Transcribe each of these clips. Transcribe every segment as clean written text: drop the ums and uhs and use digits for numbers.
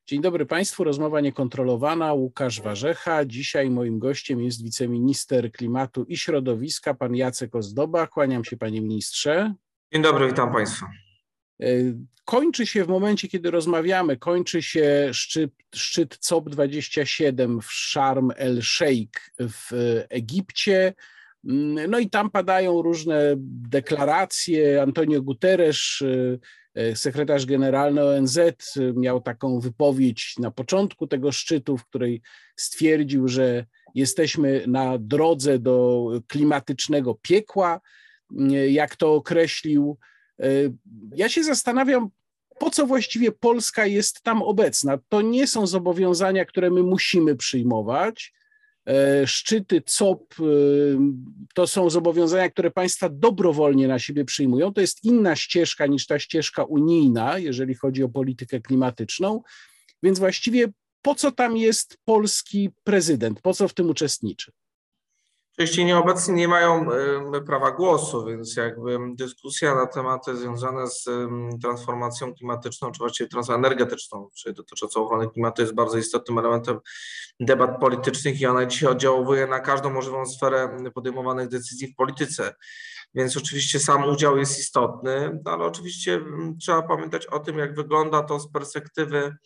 Dzień dobry Państwu, rozmowa niekontrolowana, Łukasz Warzecha. Dzisiaj moim gościem jest wiceminister klimatu i środowiska, pan Jacek Ozdoba. Kłaniam się, panie ministrze. Dzień dobry, witam Państwa. Kończy się w momencie, kiedy rozmawiamy, kończy się szczyt COP27 w Sharm el-Sheikh w Egipcie. No i tam padają różne deklaracje. Antonio Guterres, sekretarz generalny ONZ, miał taką wypowiedź na początku tego szczytu, w której stwierdził, że jesteśmy na drodze do klimatycznego piekła, jak to określił. Ja się zastanawiam, po co właściwie Polska jest tam obecna. To nie są zobowiązania, które my musimy przyjmować. Szczyty COP to są zobowiązania, które państwa dobrowolnie na siebie przyjmują. To jest inna ścieżka niż ta ścieżka unijna, jeżeli chodzi o politykę klimatyczną. Więc właściwie po co tam jest polski prezydent? Po co w tym uczestniczy? Oczywiście nieobecni nie mają prawa głosu, więc jakby dyskusja na tematy związane z transformacją klimatyczną, czy właściwie transformacją energetyczną, czyli dotyczącą ochrony klimatu, jest bardzo istotnym elementem debat politycznych i ona dzisiaj oddziałuje na każdą możliwą sferę podejmowanych decyzji w polityce. Więc oczywiście sam udział jest istotny, ale oczywiście trzeba pamiętać o tym, jak wygląda to z perspektywy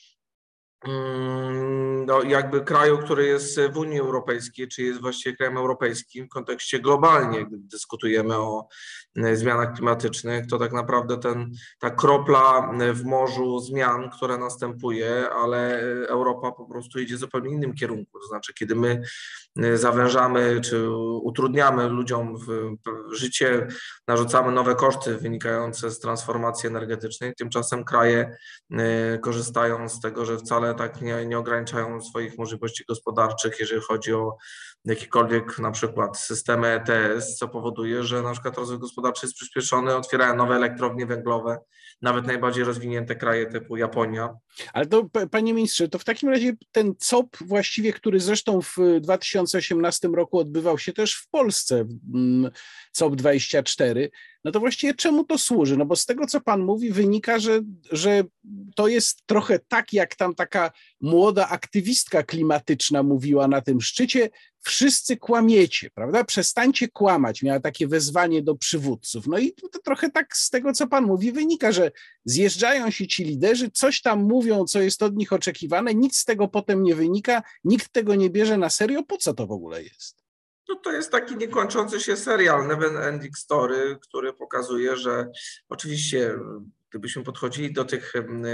jakby kraju, który jest w Unii Europejskiej, czy jest właściwie krajem europejskim w kontekście globalnie, gdy dyskutujemy o zmianach klimatycznych, to tak naprawdę ta kropla w morzu zmian, która następuje, ale Europa po prostu idzie w zupełnie innym kierunku. To znaczy, kiedy my zawężamy czy utrudniamy ludziom życie, narzucamy nowe koszty wynikające z transformacji energetycznej, tymczasem kraje korzystają z tego, że wcale tak nie ograniczają swoich możliwości gospodarczych, jeżeli chodzi o jakiekolwiek na przykład systemy ETS, co powoduje, że na przykład rozwój gospodarczy jest przyspieszony, otwierają nowe elektrownie węglowe, nawet najbardziej rozwinięte kraje typu Japonia. Ale to, panie ministrze, to w takim razie ten COP właściwie, który zresztą w 2018 roku odbywał się też w Polsce, COP24, no to właściwie czemu to służy? No bo z tego, co pan mówi, wynika, że to jest trochę tak, jak tam taka młoda aktywistka klimatyczna mówiła na tym szczycie, wszyscy kłamiecie, prawda? Przestańcie kłamać, miała takie wezwanie do przywódców. No i to trochę tak z tego, co pan mówi, wynika, że zjeżdżają się ci liderzy, coś tam mówią, co jest od nich oczekiwane, nic z tego potem nie wynika, nikt tego nie bierze na serio. Po co to w ogóle jest? No to jest taki niekończący się serial, Never Ending Story, który pokazuje, że oczywiście gdybyśmy podchodzili do tych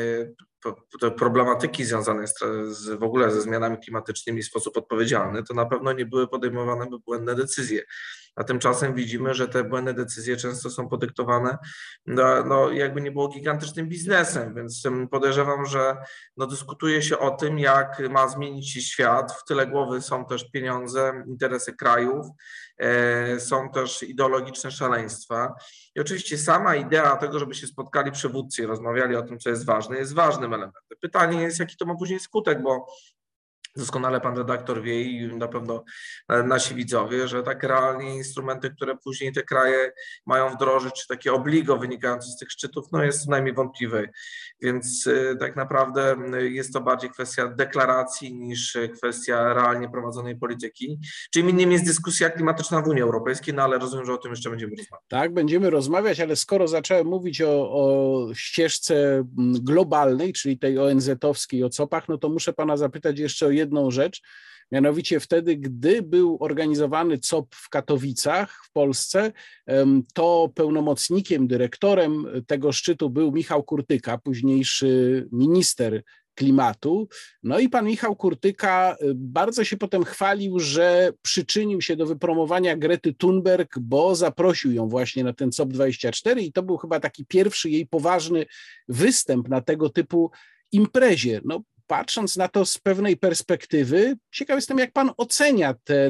problematyki związanej w ogóle ze zmianami klimatycznymi w sposób odpowiedzialny, to na pewno nie były podejmowane błędne decyzje. A tymczasem widzimy, że te błędne decyzje często są podyktowane, jakby nie było gigantycznym biznesem, więc podejrzewam, że dyskutuje się o tym, jak ma zmienić się świat. W tyle głowy są też pieniądze, interesy krajów, są też ideologiczne szaleństwa. I oczywiście sama idea tego, żeby się spotkali przywódcy i rozmawiali o tym, co jest ważne, jest ważnym elementem. Pytanie jest, jaki to ma później skutek, bo doskonale pan redaktor wie i na pewno nasi widzowie, że tak realnie instrumenty, które później te kraje mają wdrożyć, czy takie obligo wynikające z tych szczytów, jest co najmniej wątpliwe. Więc tak naprawdę jest to bardziej kwestia deklaracji niż kwestia realnie prowadzonej polityki. Czym innym jest dyskusja klimatyczna w Unii Europejskiej, ale rozumiem, że o tym jeszcze będziemy rozmawiać. Tak, będziemy rozmawiać, ale skoro zacząłem mówić o ścieżce globalnej, czyli tej ONZ-owskiej, o COP-ach, no to muszę pana zapytać jeszcze o jedną rzecz. Mianowicie wtedy, gdy był organizowany COP w Katowicach w Polsce, to pełnomocnikiem, dyrektorem tego szczytu był Michał Kurtyka, późniejszy minister klimatu. No i pan Michał Kurtyka bardzo się potem chwalił, że przyczynił się do wypromowania Grety Thunberg, bo zaprosił ją właśnie na ten COP24 i to był chyba taki pierwszy jej poważny występ na tego typu imprezie. Patrząc na to z pewnej perspektywy, ciekaw jestem, jak pan ocenia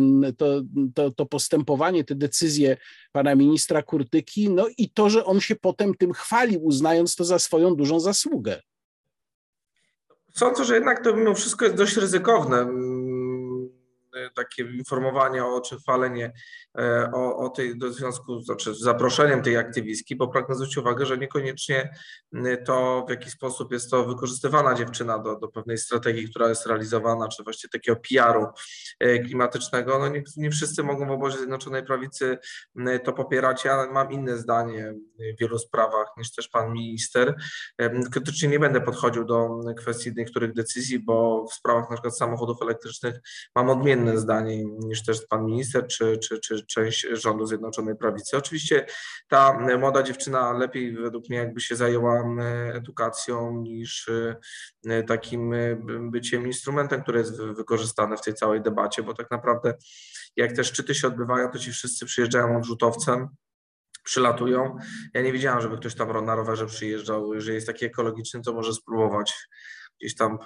to postępowanie, te decyzje pana ministra Kurtyki, i to, że on się potem tym chwalił, uznając to za swoją dużą zasługę. Sądzę, że jednak to mimo wszystko jest dość ryzykowne. takie informowanie czy chwalenie o tej do związku, znaczy z zaproszeniem tej aktywistki, bo pragnę zwrócić uwagę, że niekoniecznie to w jaki sposób jest to wykorzystywana dziewczyna do pewnej strategii, która jest realizowana, czy właściwie takiego PR-u klimatycznego. No nie wszyscy mogą w obozie Zjednoczonej Prawicy to popierać. Ja mam inne zdanie w wielu sprawach niż też pan minister. Krytycznie nie będę podchodził do kwestii niektórych decyzji, bo w sprawach na przykład samochodów elektrycznych mam odmienne zdanie niż też pan minister czy część rządu Zjednoczonej Prawicy. Oczywiście ta młoda dziewczyna lepiej według mnie jakby się zajęła edukacją niż takim byciem instrumentem, który jest wykorzystany w tej całej debacie, bo tak naprawdę jak te szczyty się odbywają, to ci wszyscy przyjeżdżają odrzutowcem, przylatują. Ja nie widziałam, żeby ktoś tam na rowerze przyjeżdżał. Jeżeli jest taki ekologiczny, to może spróbować gdzieś tam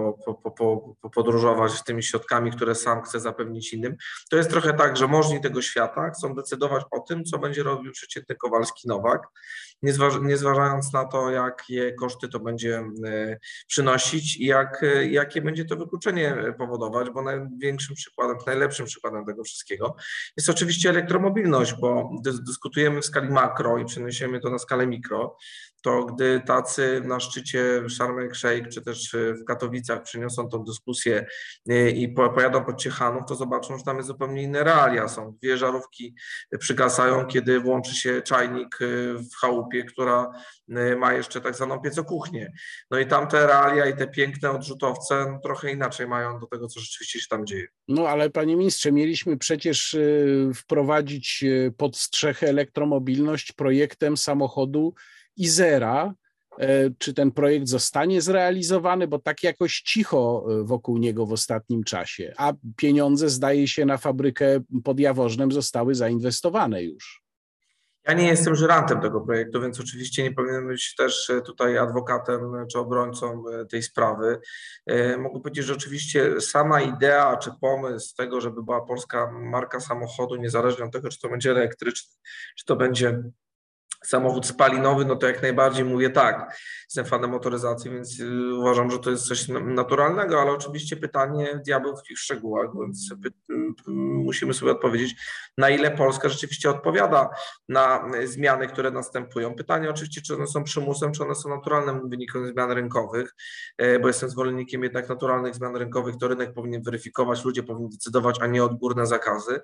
podróżować tymi środkami, które sam chce zapewnić innym. To jest trochę tak, że możni tego świata chcą decydować o tym, co będzie robił przeciętny Kowalski-Nowak, nie zważając na to, jakie koszty to będzie przynosić i jakie będzie to wykluczenie powodować, bo najlepszym przykładem tego wszystkiego jest oczywiście elektromobilność, bo dyskutujemy w skali makro i przeniesiemy to na skalę mikro, to gdy tacy na szczycie Sharm el-Sheikh czy też w Katowicach przyniosą tą dyskusję i pojadą pod Ciechanów, to zobaczą, że tam jest zupełnie inne realia. Są dwie żarówki przygasają, kiedy włączy się czajnik w chałupie, która ma jeszcze tak zwaną piecokuchnię. No i tamte realia i te piękne odrzutowce trochę inaczej mają do tego, co rzeczywiście się tam dzieje. No ale panie ministrze, mieliśmy przecież wprowadzić pod strzechę elektromobilność projektem samochodu Izera. Czy ten projekt zostanie zrealizowany, bo tak jakoś cicho wokół niego w ostatnim czasie, a pieniądze, zdaje się, na fabrykę pod Jaworznem zostały zainwestowane już. Ja nie jestem żerantem tego projektu, więc oczywiście nie powinienem być też tutaj adwokatem czy obrońcą tej sprawy. Mogę powiedzieć, że oczywiście sama idea czy pomysł tego, żeby była polska marka samochodu, niezależnie od tego, czy to będzie elektryczny, czy to będzie samochód spalinowy, no to jak najbardziej mówię tak. Jestem fanem motoryzacji, więc uważam, że to jest coś naturalnego, ale oczywiście pytanie diabeł w szczegółach, więc musimy sobie odpowiedzieć, na ile Polska rzeczywiście odpowiada na zmiany, które następują. Pytanie oczywiście, czy one są przymusem, czy one są naturalnym wynikiem zmian rynkowych, bo jestem zwolennikiem jednak naturalnych zmian rynkowych, to rynek powinien weryfikować, ludzie powinni decydować, a nie odgórne zakazy.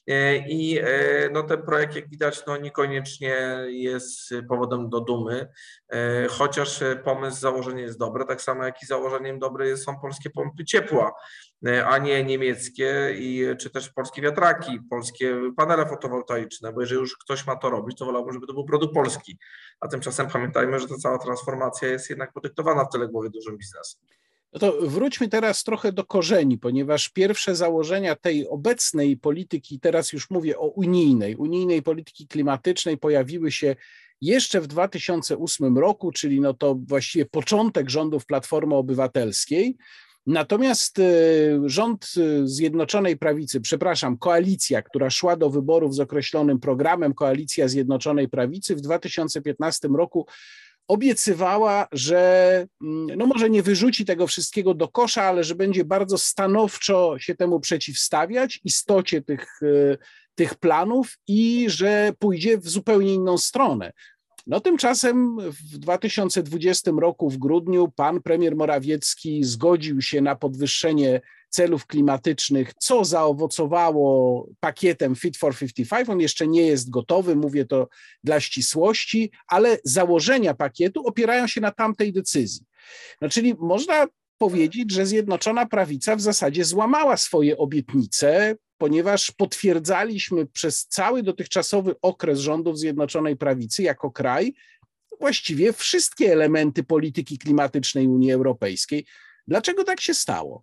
I no, ten projekt, jak widać, no, niekoniecznie jest powodem do dumy, chociaż pomysł, założenie jest dobre, tak samo jak i założeniem dobre są polskie pompy ciepła, a nie niemieckie, czy też polskie wiatraki, polskie panele fotowoltaiczne, bo jeżeli już ktoś ma to robić, to wolałbym, żeby to był produkt polski, a tymczasem pamiętajmy, że ta cała transformacja jest jednak podyktowana w tyle głowy dużym biznesem. No to wróćmy teraz trochę do korzeni, ponieważ pierwsze założenia tej obecnej polityki, teraz już mówię o unijnej polityki klimatycznej, pojawiły się jeszcze w 2008 roku, czyli no to właściwie początek rządów Platformy Obywatelskiej. Natomiast rząd Zjednoczonej Prawicy, koalicja, która szła do wyborów z określonym programem, koalicja Zjednoczonej Prawicy w 2015 roku obiecywała, że no może nie wyrzuci tego wszystkiego do kosza, ale że będzie bardzo stanowczo się temu przeciwstawiać, istocie tych planów i że pójdzie w zupełnie inną stronę. No tymczasem w 2020 roku w grudniu pan premier Morawiecki zgodził się na podwyższenie celów klimatycznych, co zaowocowało pakietem Fit for 55. On jeszcze nie jest gotowy, mówię to dla ścisłości, ale założenia pakietu opierają się na tamtej decyzji. No, czyli można powiedzieć, że Zjednoczona Prawica w zasadzie złamała swoje obietnice, ponieważ potwierdzaliśmy przez cały dotychczasowy okres rządów Zjednoczonej Prawicy jako kraj właściwie wszystkie elementy polityki klimatycznej Unii Europejskiej. Dlaczego tak się stało?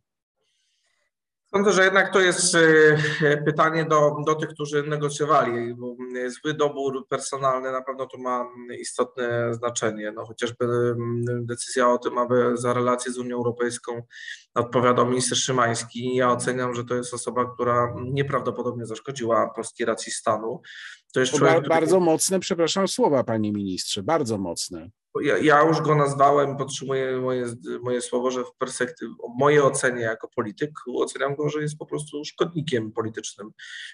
Sądzę, że jednak to jest pytanie do tych, którzy negocjowali, bo zły dobór personalny na pewno tu ma istotne znaczenie. No, chociażby decyzja o tym, aby za relacje z Unią Europejską odpowiadał minister Szymański. Ja oceniam, że to jest osoba, która nieprawdopodobnie zaszkodziła polskiej racji stanu. To jest człowiek, bardzo mocne, przepraszam, słowa, panie ministrze, bardzo mocne. Ja już go nazwałem, podtrzymuję moje słowo, że w mojej ocenie jako polityk oceniam go, że jest po prostu szkodnikiem politycznym,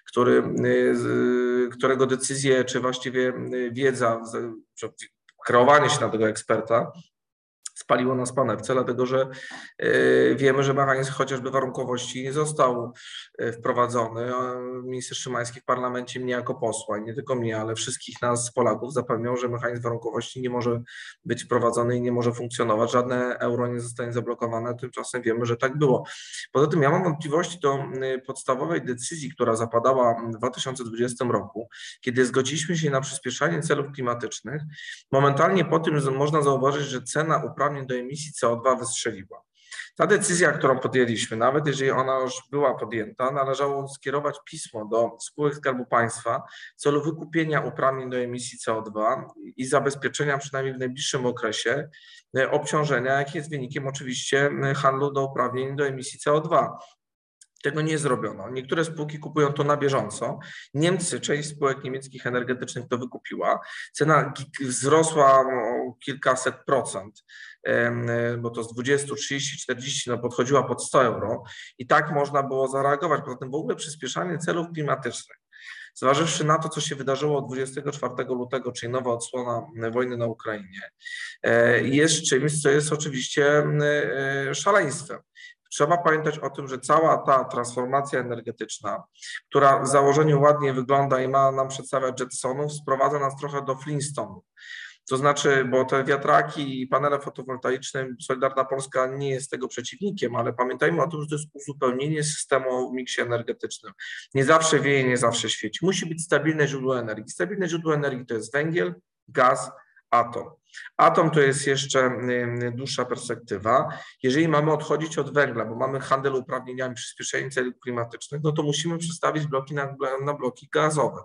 którego decyzje, czy właściwie wiedza, kreowanie się na tego eksperta spaliło nas panewce, dlatego że wiemy, że mechanizm chociażby warunkowości nie został wprowadzony. Minister Szymański w parlamencie mnie jako posła, i nie tylko mnie, ale wszystkich nas Polaków zapewniał, że mechanizm warunkowości nie może być wprowadzony i nie może funkcjonować. Żadne euro nie zostanie zablokowane, tymczasem wiemy, że tak było. Poza tym ja mam wątpliwości do podstawowej decyzji, która zapadała w 2020 roku, kiedy zgodziliśmy się na przyspieszanie celów klimatycznych. Momentalnie po tym można zauważyć, że cena uprawnień do emisji CO2 wystrzeliła. Ta decyzja, którą podjęliśmy, nawet jeżeli ona już była podjęta, należało skierować pismo do spółek Skarbu Państwa w celu wykupienia uprawnień do emisji CO2 i zabezpieczenia przynajmniej w najbliższym okresie obciążenia, jakie jest wynikiem oczywiście handlu do uprawnień do emisji CO2. Tego nie zrobiono. Niektóre spółki kupują to na bieżąco. Niemcy, część spółek niemieckich energetycznych to wykupiła. Cena wzrosła o kilkaset procent, bo to z 20, 30, 40 podchodziła pod 100 euro i tak można było zareagować. Poza tym w ogóle przyspieszanie celów klimatycznych, zważywszy na to, co się wydarzyło 24 lutego, czyli nowa odsłona wojny na Ukrainie, jest czymś, co jest oczywiście szaleństwem. Trzeba pamiętać o tym, że cała ta transformacja energetyczna, która w założeniu ładnie wygląda i ma nam przedstawiać Jetsonów, sprowadza nas trochę do Flintstone'ów. To znaczy, bo te wiatraki i panele fotowoltaiczne, Solidarna Polska nie jest tego przeciwnikiem, ale pamiętajmy o tym, że to jest uzupełnienie systemu w miksie energetycznym. Nie zawsze wieje, nie zawsze świeci. Musi być stabilne źródło energii. Stabilne źródło energii to jest węgiel, gaz, atom. Atom to jest jeszcze dłuższa perspektywa. Jeżeli mamy odchodzić od węgla, bo mamy handel uprawnieniami, przyspieszenie celów klimatycznych, no to musimy przestawić bloki na bloki gazowe.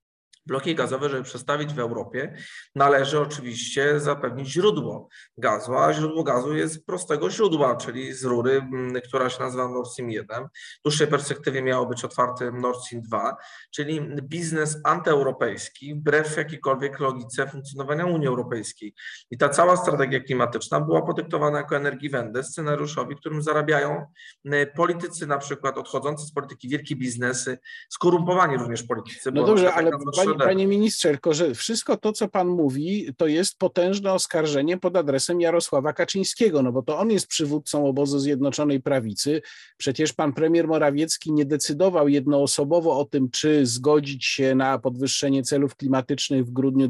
Bloki gazowe, żeby przestawić w Europie, należy oczywiście zapewnić źródło gazu, a źródło gazu jest z prostego źródła, czyli z rury, która się nazywa Nord Stream 1. W dłuższej perspektywie miało być otwarty Nord Stream 2, czyli biznes antyeuropejski, wbrew jakiejkolwiek logice funkcjonowania Unii Europejskiej. I ta cała strategia klimatyczna była podyktowana jako Energiewende, scenariuszowi, którym zarabiają politycy, na przykład odchodzący z polityki, wielkie biznesy, skorumpowani również politycy. No dobrze, ale panie ministrze, tylko że wszystko to, co pan mówi, to jest potężne oskarżenie pod adresem Jarosława Kaczyńskiego, no bo to on jest przywódcą obozu Zjednoczonej Prawicy. Przecież pan premier Morawiecki nie decydował jednoosobowo o tym, czy zgodzić się na podwyższenie celów klimatycznych w grudniu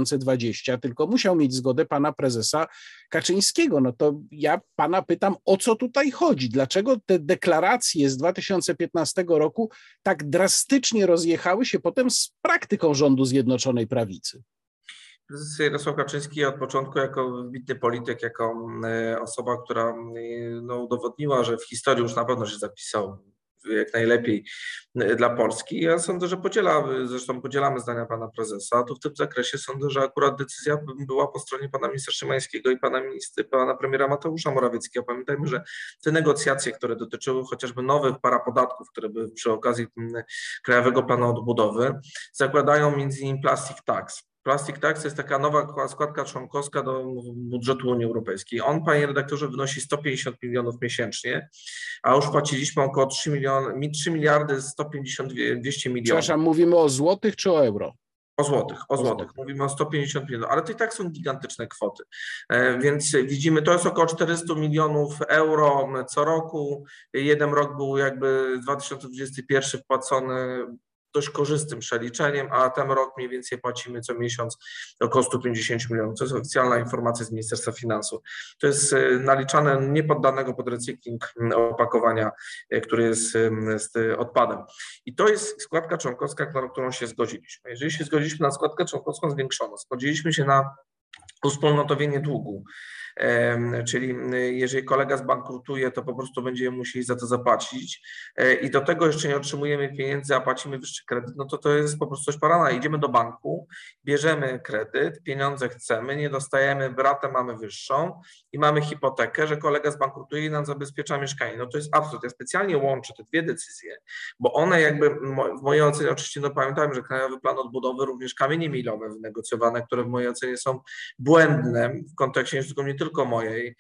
2020, tylko musiał mieć zgodę pana prezesa Kaczyńskiego. No to ja pana pytam, o co tutaj chodzi? Dlaczego te deklaracje z 2015 roku tak drastycznie rozjechały się potem z praktyką rządu Zjednoczonej Prawicy? Prezes Jarosław Kaczyński od początku jako wybitny polityk, jako osoba, która udowodniła, że w historii już na pewno się zapisał jak najlepiej dla Polski. Ja sądzę, że zresztą podzielamy zdania pana prezesa, to w tym zakresie sądzę, że akurat decyzja była po stronie pana ministra Szymańskiego i pana premiera Mateusza Morawieckiego. Pamiętajmy, że te negocjacje, które dotyczyły chociażby nowych parapodatków, które były przy okazji Krajowego Planu Odbudowy, zakładają między innymi plastic tax. Plastic tax to jest taka nowa składka członkowska do budżetu Unii Europejskiej. On, panie redaktorze, wynosi 150 milionów miesięcznie, a już płaciliśmy około 3 miliardy 150, 200 milionów. Przepraszam, mówimy o złotych czy o euro? O złotych. Mówimy o 150 milionów, ale to i tak są gigantyczne kwoty. Więc widzimy, to jest około 400 milionów euro co roku. Jeden rok był jakby 2021 wpłacony dość korzystnym przeliczeniem, a ten rok mniej więcej płacimy co miesiąc około 150 milionów. To jest oficjalna informacja z Ministerstwa Finansów. To jest naliczane niepoddanego pod recykling opakowania, które jest z odpadem. I to jest składka członkowska, na którą się zgodziliśmy. Jeżeli się zgodziliśmy na składkę członkowską zwiększoną, zgodziliśmy się na uwspólnotowienie długu, Czyli jeżeli kolega zbankrutuje, to po prostu będziemy musieli za to zapłacić i do tego jeszcze nie otrzymujemy pieniędzy, a płacimy wyższy kredyt, no to jest po prostu coś parana. Idziemy do banku, bierzemy kredyt, pieniądze chcemy, nie dostajemy, ratę mamy wyższą i mamy hipotekę, że kolega zbankrutuje i nam zabezpiecza mieszkanie. No to jest absurd. Ja specjalnie łączę te dwie decyzje, bo one jakby w mojej ocenie, oczywiście pamiętajmy, że Krajowy Plan Odbudowy, również kamienie milowe wynegocjowane, które w mojej ocenie są błędne w kontekście nie tylko mojej,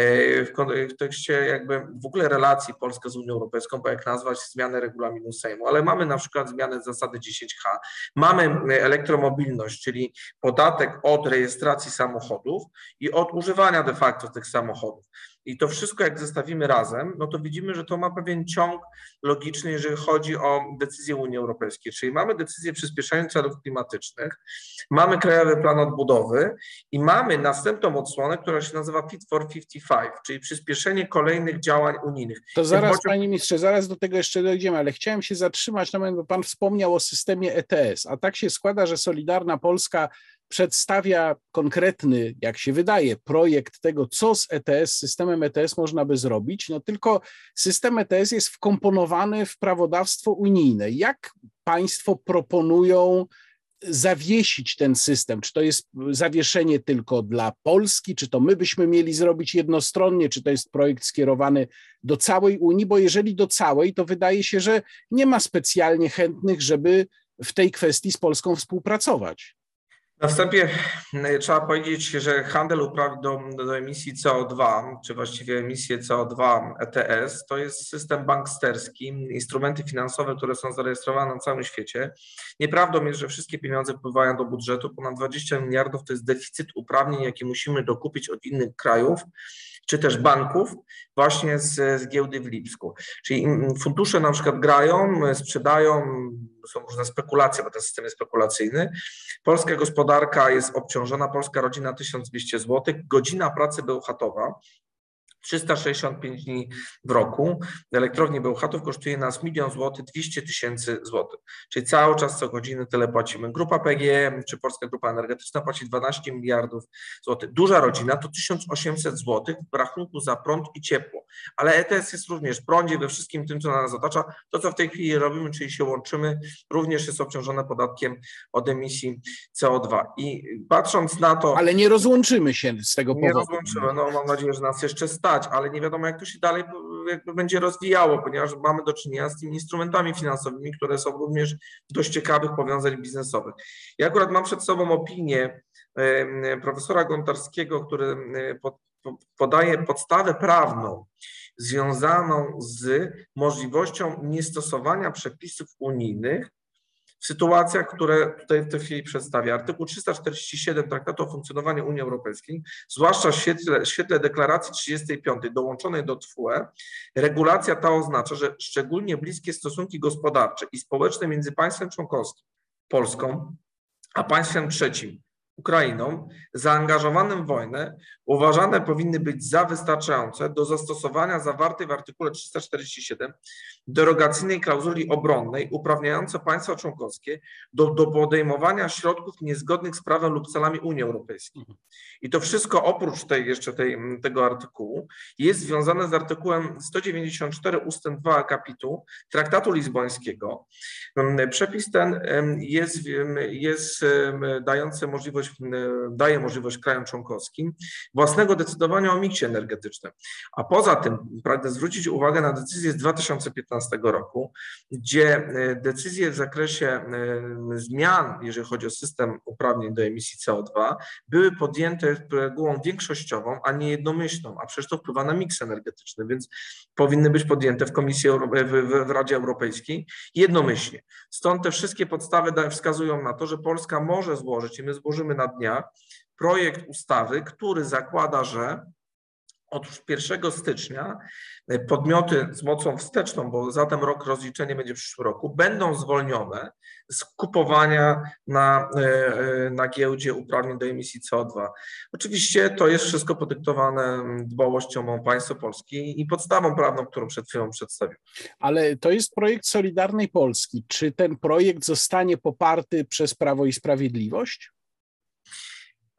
w kontekście jakby w ogóle relacji Polska z Unią Europejską, bo jak nazwać zmianę regulaminu Sejmu, ale mamy na przykład zmianę zasady 10H, mamy elektromobilność, czyli podatek od rejestracji samochodów i od używania de facto tych samochodów. I to wszystko jak zestawimy razem, no to widzimy, że to ma pewien ciąg logiczny, jeżeli chodzi o decyzje Unii Europejskiej. Czyli mamy decyzję przyspieszania celów klimatycznych, mamy Krajowy Plan Odbudowy i mamy następną odsłonę, która się nazywa Fit for 55, czyli przyspieszenie kolejnych działań unijnych. To zaraz, panie ministrze, zaraz do tego jeszcze dojdziemy, ale chciałem się zatrzymać na moment, bo pan wspomniał o systemie ETS, a tak się składa, że Solidarna Polska przedstawia konkretny, jak się wydaje, projekt tego, co z ETS, systemem ETS można by zrobić, no tylko system ETS jest wkomponowany w prawodawstwo unijne. Jak państwo proponują zawiesić ten system? Czy to jest zawieszenie tylko dla Polski, czy to my byśmy mieli zrobić jednostronnie, czy to jest projekt skierowany do całej Unii? Bo jeżeli do całej, to wydaje się, że nie ma specjalnie chętnych, żeby w tej kwestii z Polską współpracować. Na wstępie trzeba powiedzieć, że handel uprawnień do emisji CO2, czy właściwie emisje CO2 ETS, to jest system banksterski, instrumenty finansowe, które są zarejestrowane na całym świecie. Nieprawdą jest, że wszystkie pieniądze wpływają do budżetu. Ponad 20 miliardów to jest deficyt uprawnień, jaki musimy dokupić od innych krajów, czy też banków właśnie z giełdy w Lipsku. Czyli fundusze na przykład grają, sprzedają, są różne spekulacje, bo ten system jest spekulacyjny. Polska gospodarka jest obciążona, polska rodzina 1200 zł, godzina pracy bełchatowa, 365 dni w roku. Elektrowni Bełchatów kosztuje nas 1 000 000 200 000 złotych, czyli cały czas co godzinę tyle płacimy. Grupa PGE czy Polska Grupa Energetyczna płaci 12 miliardów złotych. Duża rodzina to 1800 złotych w rachunku za prąd i ciepło, ale ETS jest również w prądzie, we wszystkim tym, co nas otacza. To, co w tej chwili robimy, czyli się łączymy, również jest obciążone podatkiem od emisji CO2. I patrząc na to... Ale nie rozłączymy się z tego powodu. Nie rozłączymy, no mam nadzieję, że nas jeszcze stać, ale nie wiadomo, jak to się dalej jakby będzie rozwijało, ponieważ mamy do czynienia z tymi instrumentami finansowymi, które są również dość ciekawych powiązań biznesowych. Ja akurat mam przed sobą opinię profesora Gontarskiego, który podaje podstawę prawną związaną z możliwością niestosowania przepisów unijnych w sytuacjach, które tutaj w tej chwili przedstawię. Artykuł 347 Traktatu o funkcjonowaniu Unii Europejskiej, zwłaszcza w świetle deklaracji 35 dołączonej do TFUE, regulacja ta oznacza, że szczególnie bliskie stosunki gospodarcze i społeczne między państwem członkowskim, Polską, a państwem trzecim, Ukrainą, zaangażowanym w wojnę, uważane powinny być za wystarczające do zastosowania zawartej w artykule 347 derogacyjnej klauzuli obronnej uprawniające państwa członkowskie do podejmowania środków niezgodnych z prawem lub celami Unii Europejskiej. I to wszystko oprócz tego artykułu jest związane z artykułem 194 ustęp 2 akapitu Traktatu Lizbońskiego. Przepis ten daje możliwość krajom członkowskim własnego decydowania o miksie energetycznym. A poza tym pragnę zwrócić uwagę na decyzję z 2015 roku, gdzie decyzje w zakresie zmian, jeżeli chodzi o system uprawnień do emisji CO2, były podjęte regułą większościową, a nie jednomyślną, a przecież to wpływa na miks energetyczny, więc powinny być podjęte w Radzie Europejskiej jednomyślnie. Stąd te wszystkie podstawy wskazują na to, że Polska może złożyć i my złożymy na dniach projekt ustawy, który zakłada, że otóż 1 stycznia podmioty z mocą wsteczną, bo za ten rok rozliczenie będzie w przyszłym roku, będą zwolnione z kupowania na giełdzie uprawnień do emisji CO2. Oczywiście to jest wszystko podyktowane dbałością o państwo polskie i podstawą prawną, którą przed chwilą przedstawiłem. Ale to jest projekt Solidarnej Polski. Czy ten projekt zostanie poparty przez Prawo i Sprawiedliwość?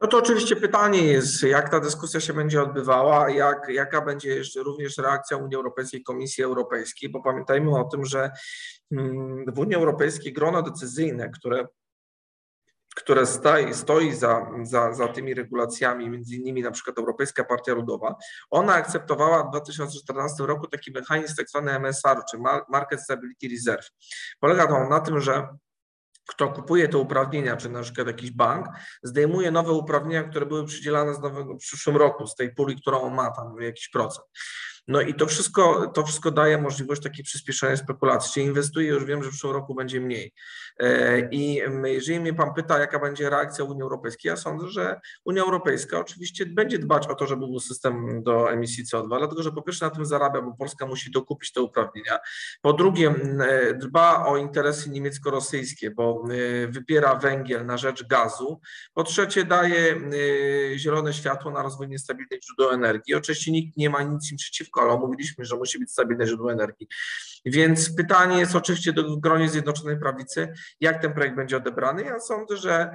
No to oczywiście pytanie jest, jak ta dyskusja się będzie odbywała, jaka będzie jeszcze również reakcja Unii Europejskiej, Komisji Europejskiej, bo pamiętajmy o tym, że w Unii Europejskiej grono decyzyjne, które stoi za tymi regulacjami, między innymi na przykład Europejska Partia Ludowa, ona akceptowała w 2014 roku taki mechanizm tak zwany MSR, czy Market Stability Reserve. Polega to na tym, że kto kupuje te uprawnienia, czy na przykład jakiś bank, zdejmuje nowe uprawnienia, które były przydzielane z nowego w przyszłym roku, z tej puli, którą on ma tam jakiś procent. No i to wszystko daje możliwość takiej przyspieszenia spekulacji, czyli inwestuję, już wiem, że w przyszłym roku będzie mniej. I jeżeli mnie pan pyta, jaka będzie reakcja Unii Europejskiej, ja sądzę, że Unia Europejska oczywiście będzie dbać o to, żeby był system do emisji CO2, dlatego że po pierwsze na tym zarabia, bo Polska musi dokupić te uprawnienia. Po drugie dba o interesy niemiecko-rosyjskie, bo wybiera węgiel na rzecz gazu. Po trzecie daje zielone światło na rozwój niestabilnych źródeł energii. Oczywiście nikt nie ma nic im przeciwko, ale mówiliśmy, że musi być stabilne źródło energii. Więc pytanie jest oczywiście w gronie Zjednoczonej Prawicy, jak ten projekt będzie odebrany. Ja sądzę, że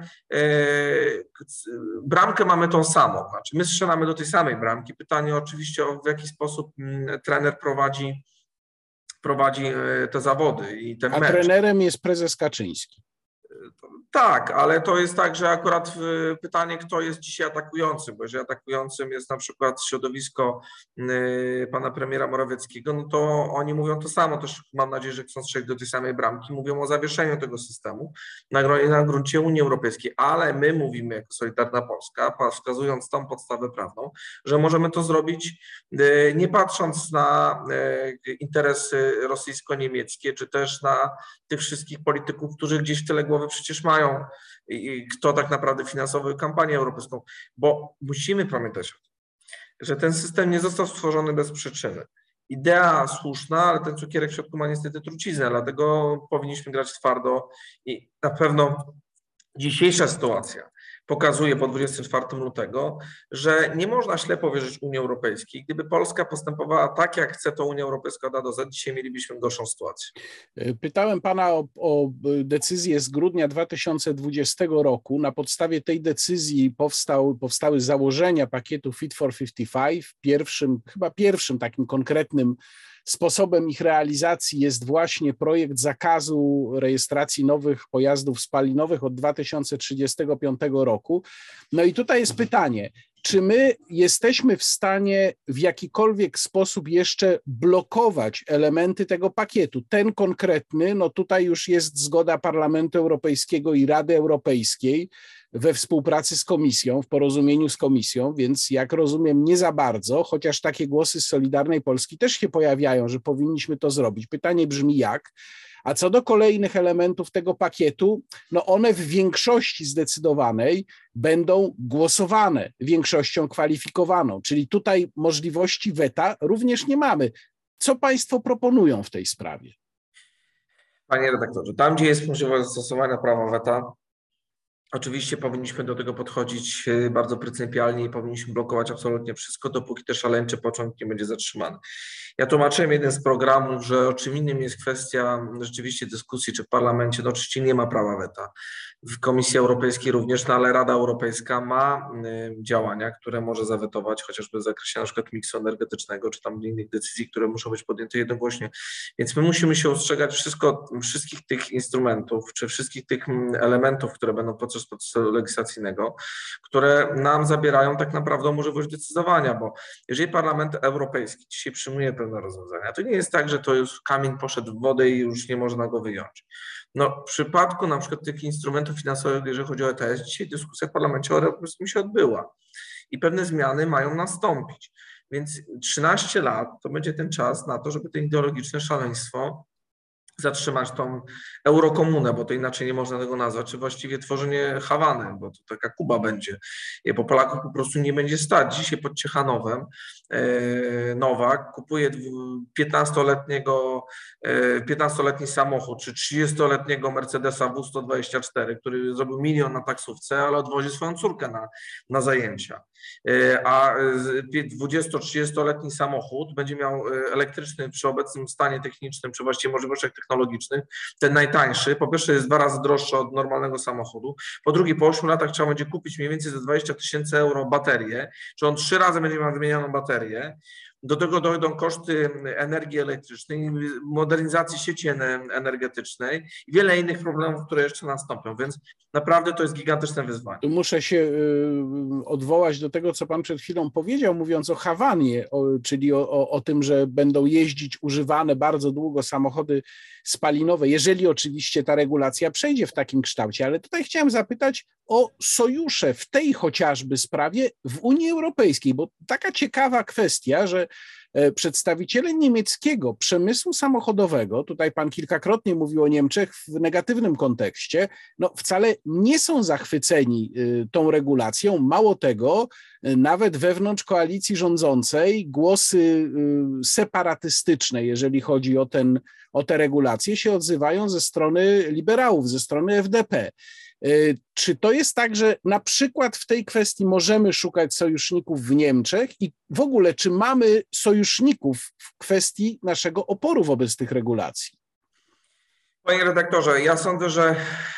bramkę mamy tą samą, znaczy my strzelamy do tej samej bramki. Pytanie oczywiście w jaki sposób trener prowadzi te zawody i ten mecz. A trenerem jest prezes Kaczyński. Tak, ale to jest tak, że akurat pytanie, kto jest dzisiaj atakującym, bo jeżeli atakującym jest na przykład środowisko pana premiera Morawieckiego, no to oni mówią to samo, też mam nadzieję, że chcą strzelić do tej samej bramki, mówią o zawieszeniu tego systemu na gruncie Unii Europejskiej, ale my mówimy jako Solidarna Polska, wskazując tą podstawę prawną, że możemy to zrobić nie patrząc na interesy rosyjsko-niemieckie, czy też na tych wszystkich polityków, którzy gdzieś w tyle głowy przecież mają i kto tak naprawdę finansował kampanię europejską, bo musimy pamiętać o tym, że ten system nie został stworzony bez przyczyny. Idea słuszna, ale ten cukierek w środku ma niestety truciznę, dlatego powinniśmy grać twardo i na pewno dzisiejsza sytuacja pokazuje po 24 lutego, że nie można ślepo wierzyć Unii Europejskiej. Gdyby Polska postępowała tak, jak chce to Unia Europejska od A do Z, dzisiaj mielibyśmy gorszą sytuację. Pytałem pana o decyzję z grudnia 2020 roku. Na podstawie tej decyzji powstały założenia pakietu Fit for 55. Chyba pierwszym takim konkretnym sposobem ich realizacji jest właśnie projekt zakazu rejestracji nowych pojazdów spalinowych od 2035 roku. No i tutaj jest pytanie, czy my jesteśmy w stanie w jakikolwiek sposób jeszcze blokować elementy tego pakietu? Ten konkretny, no tutaj już jest zgoda Parlamentu Europejskiego i Rady Europejskiej we współpracy z Komisją, w porozumieniu z Komisją, więc jak rozumiem nie za bardzo, chociaż takie głosy z Solidarnej Polski też się pojawiają, że powinniśmy to zrobić. Pytanie brzmi jak? A co do kolejnych elementów tego pakietu, no one w większości zdecydowanej będą głosowane większością kwalifikowaną, czyli tutaj możliwości weta również nie mamy. Co państwo proponują w tej sprawie? Panie redaktorze, tam gdzie jest możliwość zastosowania prawa weta, oczywiście powinniśmy do tego podchodzić bardzo pryncypialnie i powinniśmy blokować absolutnie wszystko, dopóki ten szaleńczy pociąg nie będzie zatrzymany. Ja tłumaczyłem jeden z programów, że o czym innym jest kwestia rzeczywiście dyskusji, czy w parlamencie, no oczywiście nie ma prawa weta. W Komisji Europejskiej również, no ale Rada Europejska ma działania, które może zawetować, chociażby w zakresie na przykład miksu energetycznego, czy tam innych decyzji, które muszą być podjęte jednogłośnie. Więc my musimy się ostrzegać wszystkich tych instrumentów, czy wszystkich tych elementów, które będą podczas procesu legislacyjnego, które nam zabierają tak naprawdę możliwość decydowania, bo jeżeli Parlament Europejski dzisiaj przyjmuje pewne rozwiązania, to nie jest tak, że to już kamień poszedł w wodę i już nie można go wyjąć. No, w przypadku na przykład tych instrumentów finansowych, jeżeli chodzi o ETS, dzisiaj dyskusja w Parlamencie Europejskim się odbyła i pewne zmiany mają nastąpić. Więc 13 lat to będzie ten czas na to, żeby to ideologiczne szaleństwo zatrzymać tą eurokomunę, bo to inaczej nie można tego nazwać, czy właściwie tworzenie Hawany, bo to taka Kuba będzie, bo Polaków po prostu nie będzie stać. Dzisiaj pod Ciechanowem Nowak kupuje 15-letni samochód, czy 30-letniego Mercedesa W124, który zrobił 1 000 000 na taksówce, ale odwozi swoją córkę na zajęcia. A 20-30-letni samochód będzie miał elektryczny przy obecnym stanie technicznym, czy właściwie możliwościach technicznych, technologicznych, ten najtańszy, po pierwsze jest 2 razy droższy od normalnego samochodu, po drugie po 8 latach trzeba będzie kupić mniej więcej za 20 000 euro baterię, że on 3 razy będzie miał wymienioną baterię. Do tego dojdą koszty energii elektrycznej, modernizacji sieci energetycznej i wiele innych problemów, które jeszcze nastąpią, więc naprawdę to jest gigantyczne wyzwanie. Tu muszę się odwołać do tego, co pan przed chwilą powiedział, mówiąc o Hawanie, czyli o tym, że będą jeździć używane bardzo długo samochody spalinowe, jeżeli oczywiście ta regulacja przejdzie w takim kształcie. Ale tutaj chciałem zapytać o sojusze w tej chociażby sprawie w Unii Europejskiej, bo taka ciekawa kwestia, że przedstawiciele niemieckiego przemysłu samochodowego, tutaj pan kilkakrotnie mówił o Niemczech w negatywnym kontekście, no wcale nie są zachwyceni tą regulacją. Mało tego, nawet wewnątrz koalicji rządzącej głosy separatystyczne, jeżeli chodzi o te regulacje, się odzywają ze strony liberałów, ze strony FDP. Czy to jest tak, że na przykład w tej kwestii możemy szukać sojuszników w Niemczech i w ogóle czy mamy sojuszników w kwestii naszego oporu wobec tych regulacji? Panie redaktorze, ja sądzę, że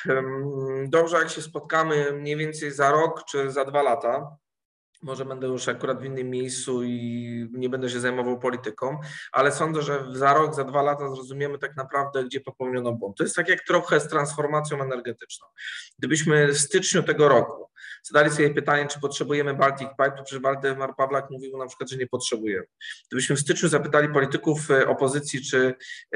dobrze jak się spotkamy mniej więcej za rok czy za 2 lata. Może będę już akurat w innym miejscu i nie będę się zajmował polityką, ale sądzę, że za rok, za 2 lata zrozumiemy tak naprawdę, gdzie popełniono błąd. To jest tak jak trochę z transformacją energetyczną. Gdybyśmy w styczniu tego roku zadali sobie pytanie, czy potrzebujemy Baltic Pipe, to przecież Waldemar Pawlak mówił na przykład, że nie potrzebujemy. Gdybyśmy w styczniu zapytali polityków opozycji, czy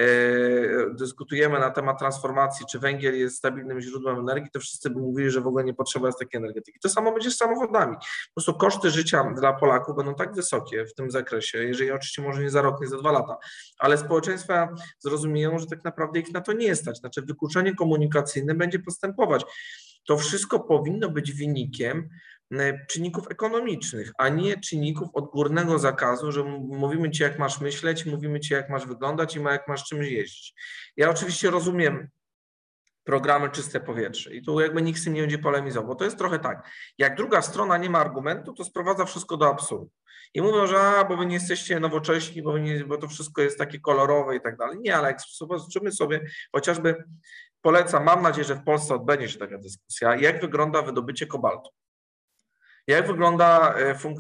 dyskutujemy na temat transformacji, czy węgiel jest stabilnym źródłem energii, to wszyscy by mówili, że w ogóle nie potrzeba jest takiej energetyki. To samo będzie z samochodami. Po prostu koszty życia dla Polaków będą tak wysokie w tym zakresie, jeżeli oczywiście może nie za rok, nie za 2 lata, ale społeczeństwa zrozumieją, że tak naprawdę ich na to nie stać. Znaczy wykluczenie komunikacyjne będzie postępować. To wszystko powinno być wynikiem czynników ekonomicznych, a nie czynników odgórnego zakazu, że mówimy ci, jak masz myśleć, mówimy ci, jak masz wyglądać i jak masz czymś jeździć. Ja oczywiście rozumiem programy Czyste Powietrze i tu jakby nikt z tym nie będzie polemizował, bo to jest trochę tak, jak druga strona nie ma argumentu, to sprowadza wszystko do absurdu. I mówią, że bo wy nie jesteście nowocześni, bo to wszystko jest takie kolorowe i tak dalej. Nie, ale jak zobaczymy sobie chociażby, polecam, mam nadzieję, że w Polsce odbędzie się taka dyskusja, jak wygląda wydobycie kobaltu. Jak wygląda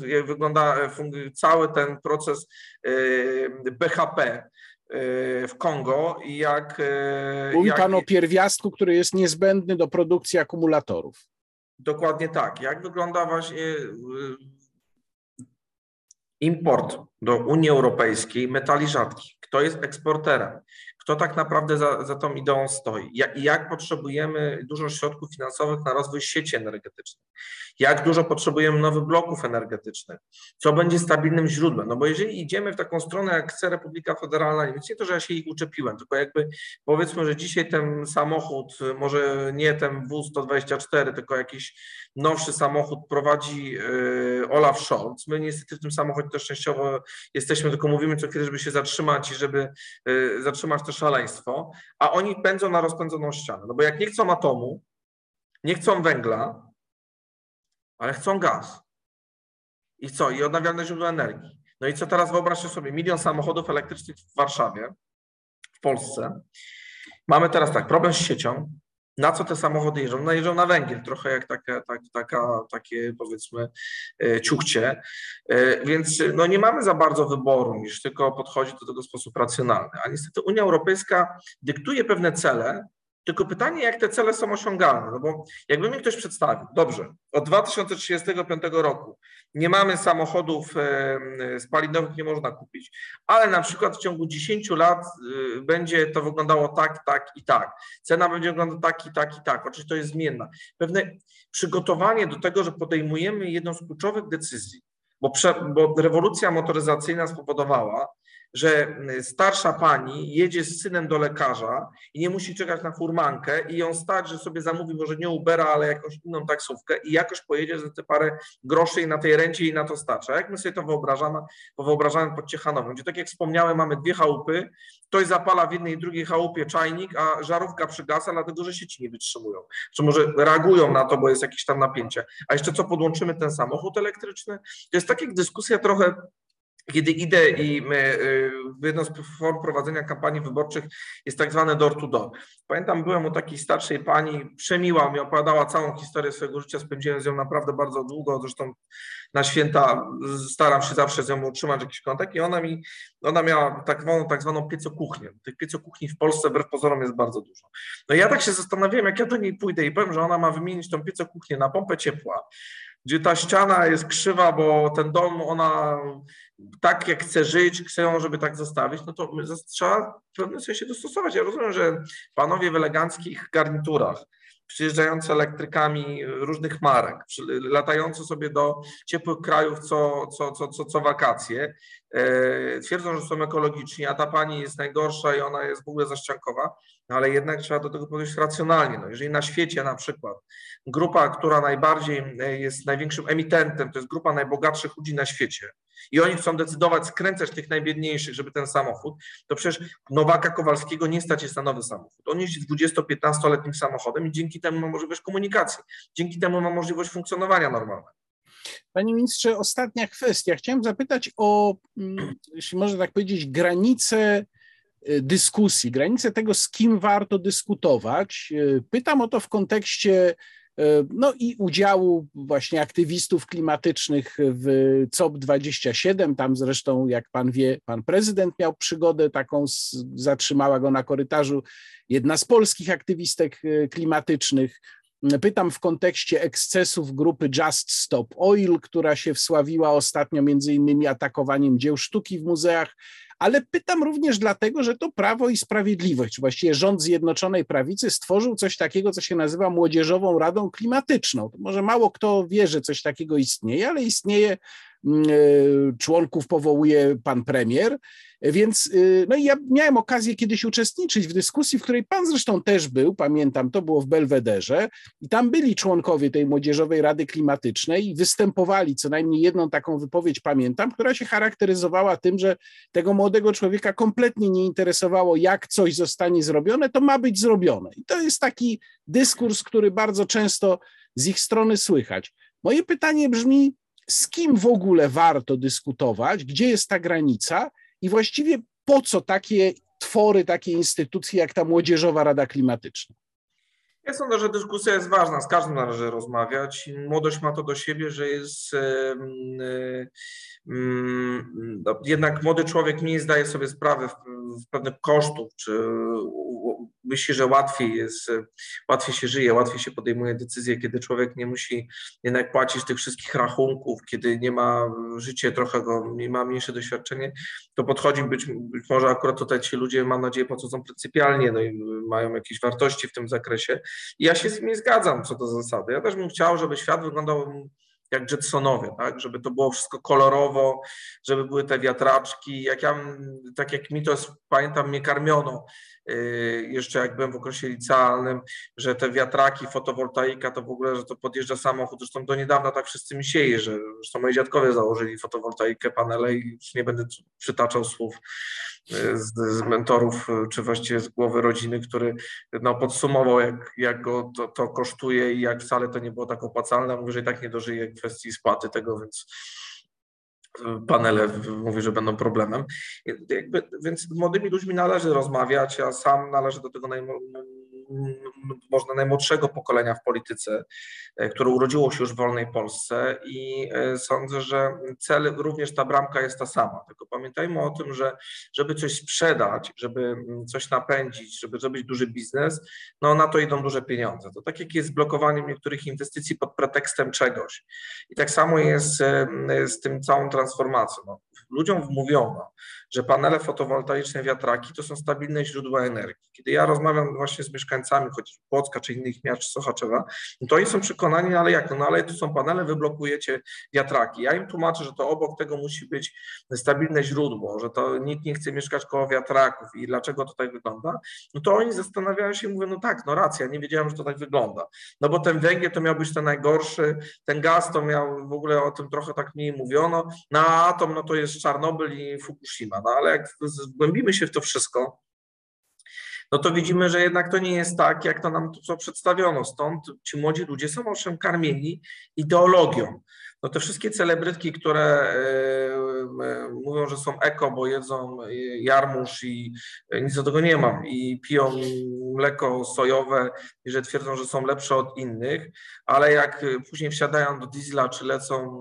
cały ten proces BHP w Kongo i jak... Mówi pan o pierwiastku, który jest niezbędny do produkcji akumulatorów. Dokładnie tak. Jak wygląda właśnie import do Unii Europejskiej metali rzadkich? Kto jest eksporterem? Kto tak naprawdę za tą ideą stoi? Jak potrzebujemy dużo środków finansowych na rozwój sieci energetycznych? Jak dużo potrzebujemy nowych bloków energetycznych? Co będzie stabilnym źródłem? No bo jeżeli idziemy w taką stronę, jak chce Republika Federalna Niemiec, nie to, że ja się ich uczepiłem, tylko jakby powiedzmy, że dzisiaj ten samochód, może nie ten W124, tylko jakiś nowszy samochód prowadzi Olaf Scholz. My niestety w tym samochodzie też częściowo jesteśmy, tylko mówimy co chwilę, żeby się zatrzymać i żeby zatrzymać to szaleństwo, a oni pędzą na rozpędzoną ścianę. No bo jak nie chcą atomu, nie chcą węgla, ale chcą gaz. I co? I odnawialne źródła energii. No i co teraz wyobraźcie sobie? 1 000 000 samochodów elektrycznych w Warszawie, w Polsce. Mamy teraz tak, problem z siecią. Na co te samochody jeżdżą? No jeżdżą na węgiel, trochę jak takie powiedzmy ciuchcie, więc no nie mamy za bardzo wyboru niż tylko podchodzić do tego w sposób racjonalny. A niestety Unia Europejska dyktuje pewne cele, tylko pytanie, jak te cele są osiągalne, no bo jakby mi ktoś przedstawił, dobrze, od 2035 roku nie mamy samochodów spalinowych, nie można kupić, ale na przykład w ciągu 10 lat będzie to wyglądało tak, tak i tak. Cena będzie wyglądała tak i tak i tak, oczywiście to jest zmienna. Pewne przygotowanie do tego, że podejmujemy jedną z kluczowych decyzji, bo rewolucja motoryzacyjna spowodowała, że starsza pani jedzie z synem do lekarza i nie musi czekać na furmankę i ją stać, że sobie zamówi może nie Ubera, ale jakąś inną taksówkę i jakoś pojedzie za te parę groszy i na tej rencie i na to starcza. Jak my sobie to wyobrażamy pod Ciechanowem, gdzie tak jak wspomniałem, mamy 2 chałupy, ktoś zapala w jednej i drugiej chałupie czajnik, a żarówka przygasa, dlatego że sieci nie wytrzymują. Czy może reagują na to, bo jest jakieś tam napięcie. A jeszcze co podłączymy ten samochód elektryczny? To jest tak jak dyskusja trochę kiedy idę i jedną z form prowadzenia kampanii wyborczych jest tak zwane door to door. Pamiętam, byłem u takiej starszej pani, przemiła, mi opowiadała całą historię swojego życia, spędziłem z nią naprawdę bardzo długo, zresztą na święta staram się zawsze z nią utrzymać jakiś kontakt i ona miała tak zwaną piecokuchnię. Tych piecokuchni w Polsce wbrew pozorom jest bardzo dużo. No i ja tak się zastanawiałem, jak ja do niej pójdę i powiem, że ona ma wymienić tą piecokuchnię na pompę ciepła, gdzie ta ściana jest krzywa, bo ten dom, ona tak jak chce żyć, chce ją, żeby tak zostawić, no to trzeba w pewnym sensie dostosować. Ja rozumiem, że panowie w eleganckich garniturach, przyjeżdżający elektrykami różnych marek, latający sobie do ciepłych krajów co wakacje, twierdzą, że są ekologiczni, a ta pani jest najgorsza i ona jest w ogóle zaściankowa, no ale jednak trzeba do tego podejść racjonalnie. No jeżeli na świecie na przykład grupa, która najbardziej jest największym emitentem, to jest grupa najbogatszych ludzi na świecie i oni chcą decydować, skręcać tych najbiedniejszych, żeby ten samochód, to przecież Nowaka Kowalskiego nie stać jest na nowy samochód. On jeździ 20-15-letnim samochodem i dzięki temu ma możliwość komunikacji, dzięki temu ma możliwość funkcjonowania normalnego. Panie ministrze, ostatnia kwestia. Chciałem zapytać o, jeśli można tak powiedzieć, granice dyskusji, granice tego, z kim warto dyskutować. Pytam o to w kontekście no i udziału właśnie aktywistów klimatycznych w COP27. Tam zresztą, jak pan wie, pan prezydent miał przygodę taką, zatrzymała go na korytarzu jedna z polskich aktywistek klimatycznych. Pytam w kontekście ekscesów grupy Just Stop Oil, która się wsławiła ostatnio między innymi atakowaniem dzieł sztuki w muzeach, ale pytam również dlatego, że to Prawo i Sprawiedliwość, czy właściwie rząd Zjednoczonej Prawicy stworzył coś takiego, co się nazywa Młodzieżową Radą Klimatyczną. To może mało kto wie, że coś takiego istnieje, ale istnieje, członków powołuje pan premier, więc no i ja miałem okazję kiedyś uczestniczyć w dyskusji, w której pan zresztą też był, pamiętam, to było w Belwederze i tam byli członkowie tej Młodzieżowej Rady Klimatycznej i występowali, co najmniej jedną taką wypowiedź pamiętam, która się charakteryzowała tym, że tego młodego człowieka kompletnie nie interesowało, jak coś zostanie zrobione, to ma być zrobione. I to jest taki dyskurs, który bardzo często z ich strony słychać. Moje pytanie brzmi, z kim w ogóle warto dyskutować, gdzie jest ta granica i właściwie po co takie twory, takie instytucje jak ta Młodzieżowa Rada Klimatyczna? Ja sądzę, że dyskusja jest ważna, z każdym należy rozmawiać. Młodość ma to do siebie, że jest jednak młody człowiek nie zdaje sobie sprawy w pewnych kosztów, czy myśli, że łatwiej się żyje, łatwiej się podejmuje decyzje, kiedy człowiek nie musi jednak płacić tych wszystkich rachunków, kiedy nie ma życie trochę ma mniejsze doświadczenie, to podchodzi być może akurat tutaj ci ludzie, mam nadzieję, podchodzą pryncypialnie, no i mają jakieś wartości w tym zakresie. I ja się z nimi zgadzam co do zasady. Ja też bym chciał, żeby świat wyglądał jak Jetsonowie, tak? Żeby to było wszystko kolorowo, żeby były te wiatraczki. Tak jak mi to pamiętam, mnie karmiono jeszcze jak byłem w okresie licealnym, że te wiatraki, fotowoltaika to w ogóle, że to podjeżdża samochód. Zresztą do niedawna tak wszyscy myśleli, że zresztą moi dziadkowie założyli fotowoltaikę, panele i już nie będę przytaczał słów z mentorów, czy właściwie z głowy rodziny, który no, podsumował, jak go to kosztuje i jak wcale to nie było tak opłacalne. Mówi, że i tak nie dożyje kwestii spłaty tego, więc panele mówi, że będą problemem. Więc z młodymi ludźmi należy rozmawiać, a sam należę do tego najmłodszego pokolenia w polityce, które urodziło się już w wolnej Polsce i sądzę, że cel, również ta bramka jest ta sama. Tylko pamiętajmy o tym, że żeby coś sprzedać, żeby coś napędzić, żeby zrobić duży biznes, no na to idą duże pieniądze. To tak jak jest z blokowaniem niektórych inwestycji pod pretekstem czegoś. I tak samo jest z tym całą transformacją. No, ludziom wmówiono, że panele fotowoltaiczne, wiatraki to są stabilne źródła energii. Kiedy ja rozmawiam właśnie z mieszkańcami, choć Płocka czy innych miast, czy Sochaczewa, no to oni są przekonani, no ale jak? No ale tu są panele, wy blokujecie wiatraki. Ja im tłumaczę, że to obok tego musi być stabilne źródło, że to nikt nie chce mieszkać koło wiatraków i dlaczego to tak wygląda, no to oni zastanawiają się i mówią, no tak, no racja, nie wiedziałem, że to tak wygląda. No bo ten węgiel to miał być ten najgorszy, ten gaz to miał, w ogóle o tym trochę tak mniej mówiono, na atom no to jest Czarnobyl i Fukushima, no ale jak zgłębimy się w to wszystko, no to widzimy, że jednak to nie jest tak, jak to nam to przedstawiono. Stąd ci młodzi ludzie są owszem karmieni ideologią. No te wszystkie celebrytki, które mówią, że są eko, bo jedzą jarmuż i nic do tego nie mam i piją mleko sojowe i że twierdzą, że są lepsze od innych, ale jak później wsiadają do diesla czy lecą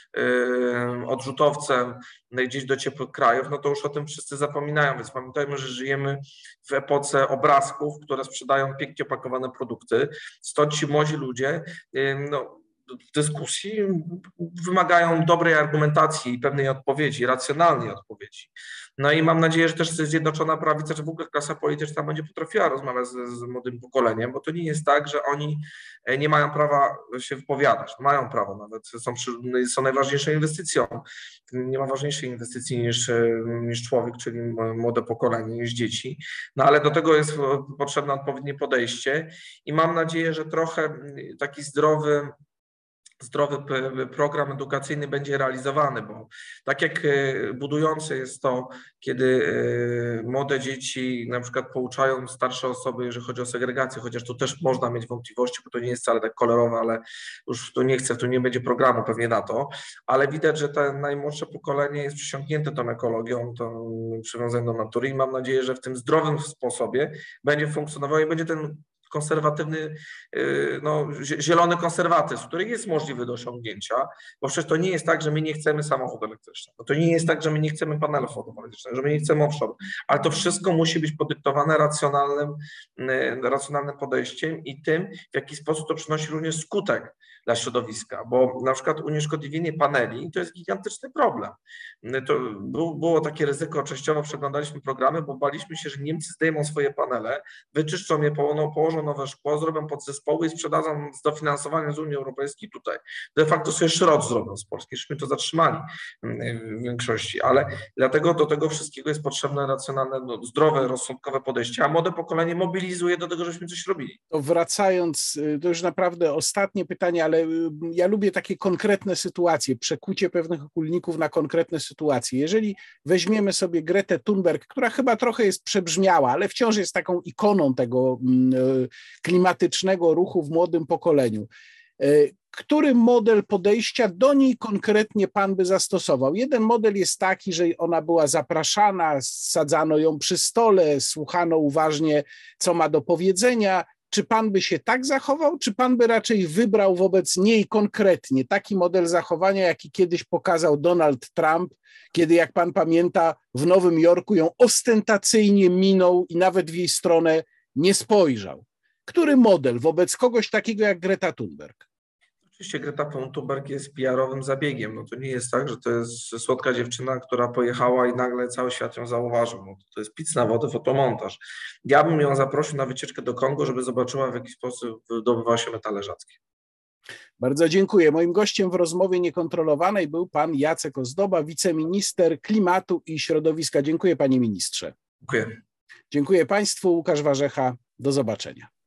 odrzutowcem gdzieś do ciepłych krajów, no to już o tym wszyscy zapominają, więc pamiętajmy, że żyjemy w epoce obrazków, które sprzedają pięknie opakowane produkty, stąd ci młodzi ludzie no, w dyskusji wymagają dobrej argumentacji i pewnej odpowiedzi, racjonalnej odpowiedzi. No i mam nadzieję, że też Zjednoczona Prawica, czy w ogóle klasa polityczna będzie potrafiła rozmawiać z młodym pokoleniem, bo to nie jest tak, że oni nie mają prawa się wypowiadać. Mają prawo, nawet są najważniejszą inwestycją. Nie ma ważniejszej inwestycji niż człowiek, czyli młode pokolenie, niż dzieci. No ale do tego jest potrzebne odpowiednie podejście i mam nadzieję, że trochę taki zdrowy program edukacyjny będzie realizowany, bo tak jak budujące jest to, kiedy młode dzieci na przykład pouczają starsze osoby, jeżeli chodzi o segregację, chociaż tu też można mieć wątpliwości, bo to nie jest wcale tak kolorowe, ale już tu nie chcę, tu nie będzie programu pewnie na to, ale widać, że to najmłodsze pokolenie jest przysiągnięte tą ekologią, tą przywiązaniem do natury i mam nadzieję, że w tym zdrowym sposobie będzie funkcjonował i będzie ten konserwatywny, no, zielony konserwatyzm, który jest możliwy do osiągnięcia, bo przecież to nie jest tak, że my nie chcemy samochodu elektrycznego, to nie jest tak, że my nie chcemy panelu fotowoltaicznego, że my nie chcemy offshore, ale to wszystko musi być podyktowane racjonalnym podejściem i tym, w jaki sposób to przynosi również skutek dla środowiska, bo na przykład unieszkodliwienie paneli to jest gigantyczny problem. To było takie ryzyko, częściowo przeglądaliśmy programy, bo baliśmy się, że Niemcy zdejmą swoje panele, wyczyszczą je, położą nowe szkło, zrobią podzespoły i sprzedadzą z dofinansowaniem z Unii Europejskiej tutaj. De facto sobie szrot zrobią z Polski, żeśmy to zatrzymali w większości, ale dlatego do tego wszystkiego jest potrzebne racjonalne, zdrowe, rozsądkowe podejście, a młode pokolenie mobilizuje do tego, żebyśmy coś robili. To wracając, to już naprawdę ostatnie pytanie, ale ja lubię takie konkretne sytuacje, przekucie pewnych ogólników na konkretne sytuacje. Jeżeli weźmiemy sobie Gretę Thunberg, która chyba trochę jest przebrzmiała, ale wciąż jest taką ikoną tego klimatycznego ruchu w młodym pokoleniu. Który model podejścia do niej konkretnie pan by zastosował? Jeden model jest taki, że ona była zapraszana, sadzano ją przy stole, słuchano uważnie, co ma do powiedzenia. Czy pan by się tak zachował, czy pan by raczej wybrał wobec niej konkretnie taki model zachowania, jaki kiedyś pokazał Donald Trump, kiedy, jak pan pamięta, w Nowym Jorku ją ostentacyjnie minął i nawet w jej stronę nie spojrzał? Który model wobec kogoś takiego jak Greta Thunberg? Oczywiście Greta Thunberg jest PR-owym zabiegiem. No to nie jest tak, że to jest słodka dziewczyna, która pojechała i nagle cały świat ją zauważył. No to jest pic na wodę, fotomontaż. Ja bym ją zaprosił na wycieczkę do Kongo, żeby zobaczyła, w jaki sposób wydobywa się metale rzadkie. Bardzo dziękuję. Moim gościem w rozmowie niekontrolowanej był pan Jacek Ozdoba, wiceminister klimatu i środowiska. Dziękuję, panie ministrze. Dziękuję. Dziękuję państwu. Łukasz Warzecha. Do zobaczenia.